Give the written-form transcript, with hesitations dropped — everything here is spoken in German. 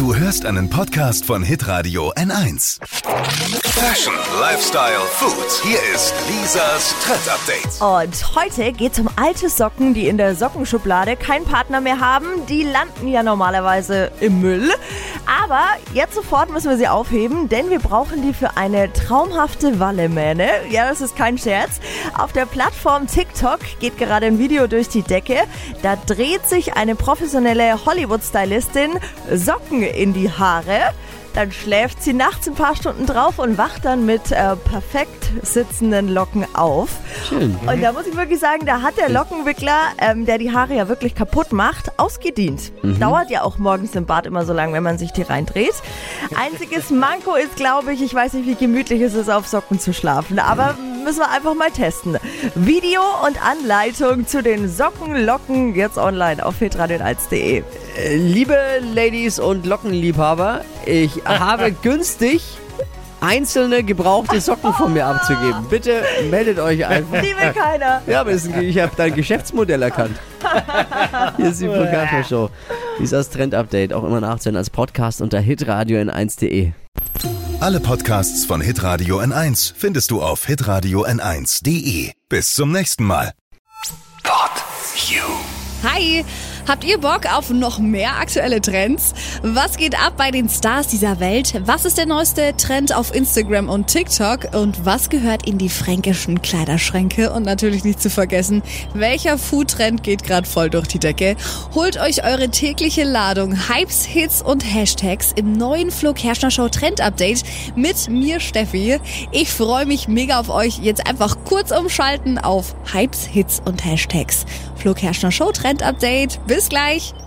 Du hörst einen Podcast von Hitradio N1. Fashion, Lifestyle, Food. Hier ist Lisas Trend Update. Und heute geht's um alte Socken, die in der Sockenschublade keinen Partner mehr haben. Die landen ja normalerweise im Müll. Aber jetzt sofort müssen wir sie aufheben, denn wir brauchen die für eine traumhafte Wallemähne. Ja, das ist kein Scherz. Auf der Plattform TikTok geht gerade ein Video durch die Decke. Da dreht sich eine professionelle Hollywood-Stylistin Socken in die Haare. Dann schläft sie nachts ein paar Stunden drauf und wacht dann mit perfekt sitzenden Locken auf. Schön. Und da muss ich wirklich sagen, da hat der Lockenwickler, der die Haare ja wirklich kaputt macht, ausgedient. Dauert ja auch morgens im Bad immer so lang, wenn man sich die reindreht. Einziges Manko ist, glaube ich weiß nicht, wie gemütlich es ist, auf Socken zu schlafen. Aber müssen wir einfach mal testen. Video und Anleitung zu den Sockenlocken jetzt online auf hitradio1.de. Liebe Ladies und Lockenliebhaber, ich habe günstig einzelne gebrauchte Socken von mir abzugeben. Bitte meldet euch einfach. Die will keiner. Ja, aber ich habe dein Geschäftsmodell erkannt. Hier ist die Programmshow. Dieses Trend-Update auch immer nachzuhören als Podcast unter hitradio n1.de. Alle Podcasts von Hitradio N1 findest du auf hitradio n1.de. Bis zum nächsten Mal. Pod You. Hi, habt ihr Bock auf noch mehr aktuelle Trends? Was geht ab bei den Stars dieser Welt? Was ist der neueste Trend auf Instagram und TikTok? Und was gehört in die fränkischen Kleiderschränke? Und natürlich nicht zu vergessen, welcher Foodtrend geht gerade voll durch die Decke? Holt euch eure tägliche Ladung Hypes, Hits und Hashtags im neuen Flo Kerschner Show Trend Update mit mir, Steffi. Ich freue mich mega auf euch. Jetzt einfach kurz umschalten auf Hypes, Hits und Hashtags. Flo Kerschner Show Trend Update. Bis gleich.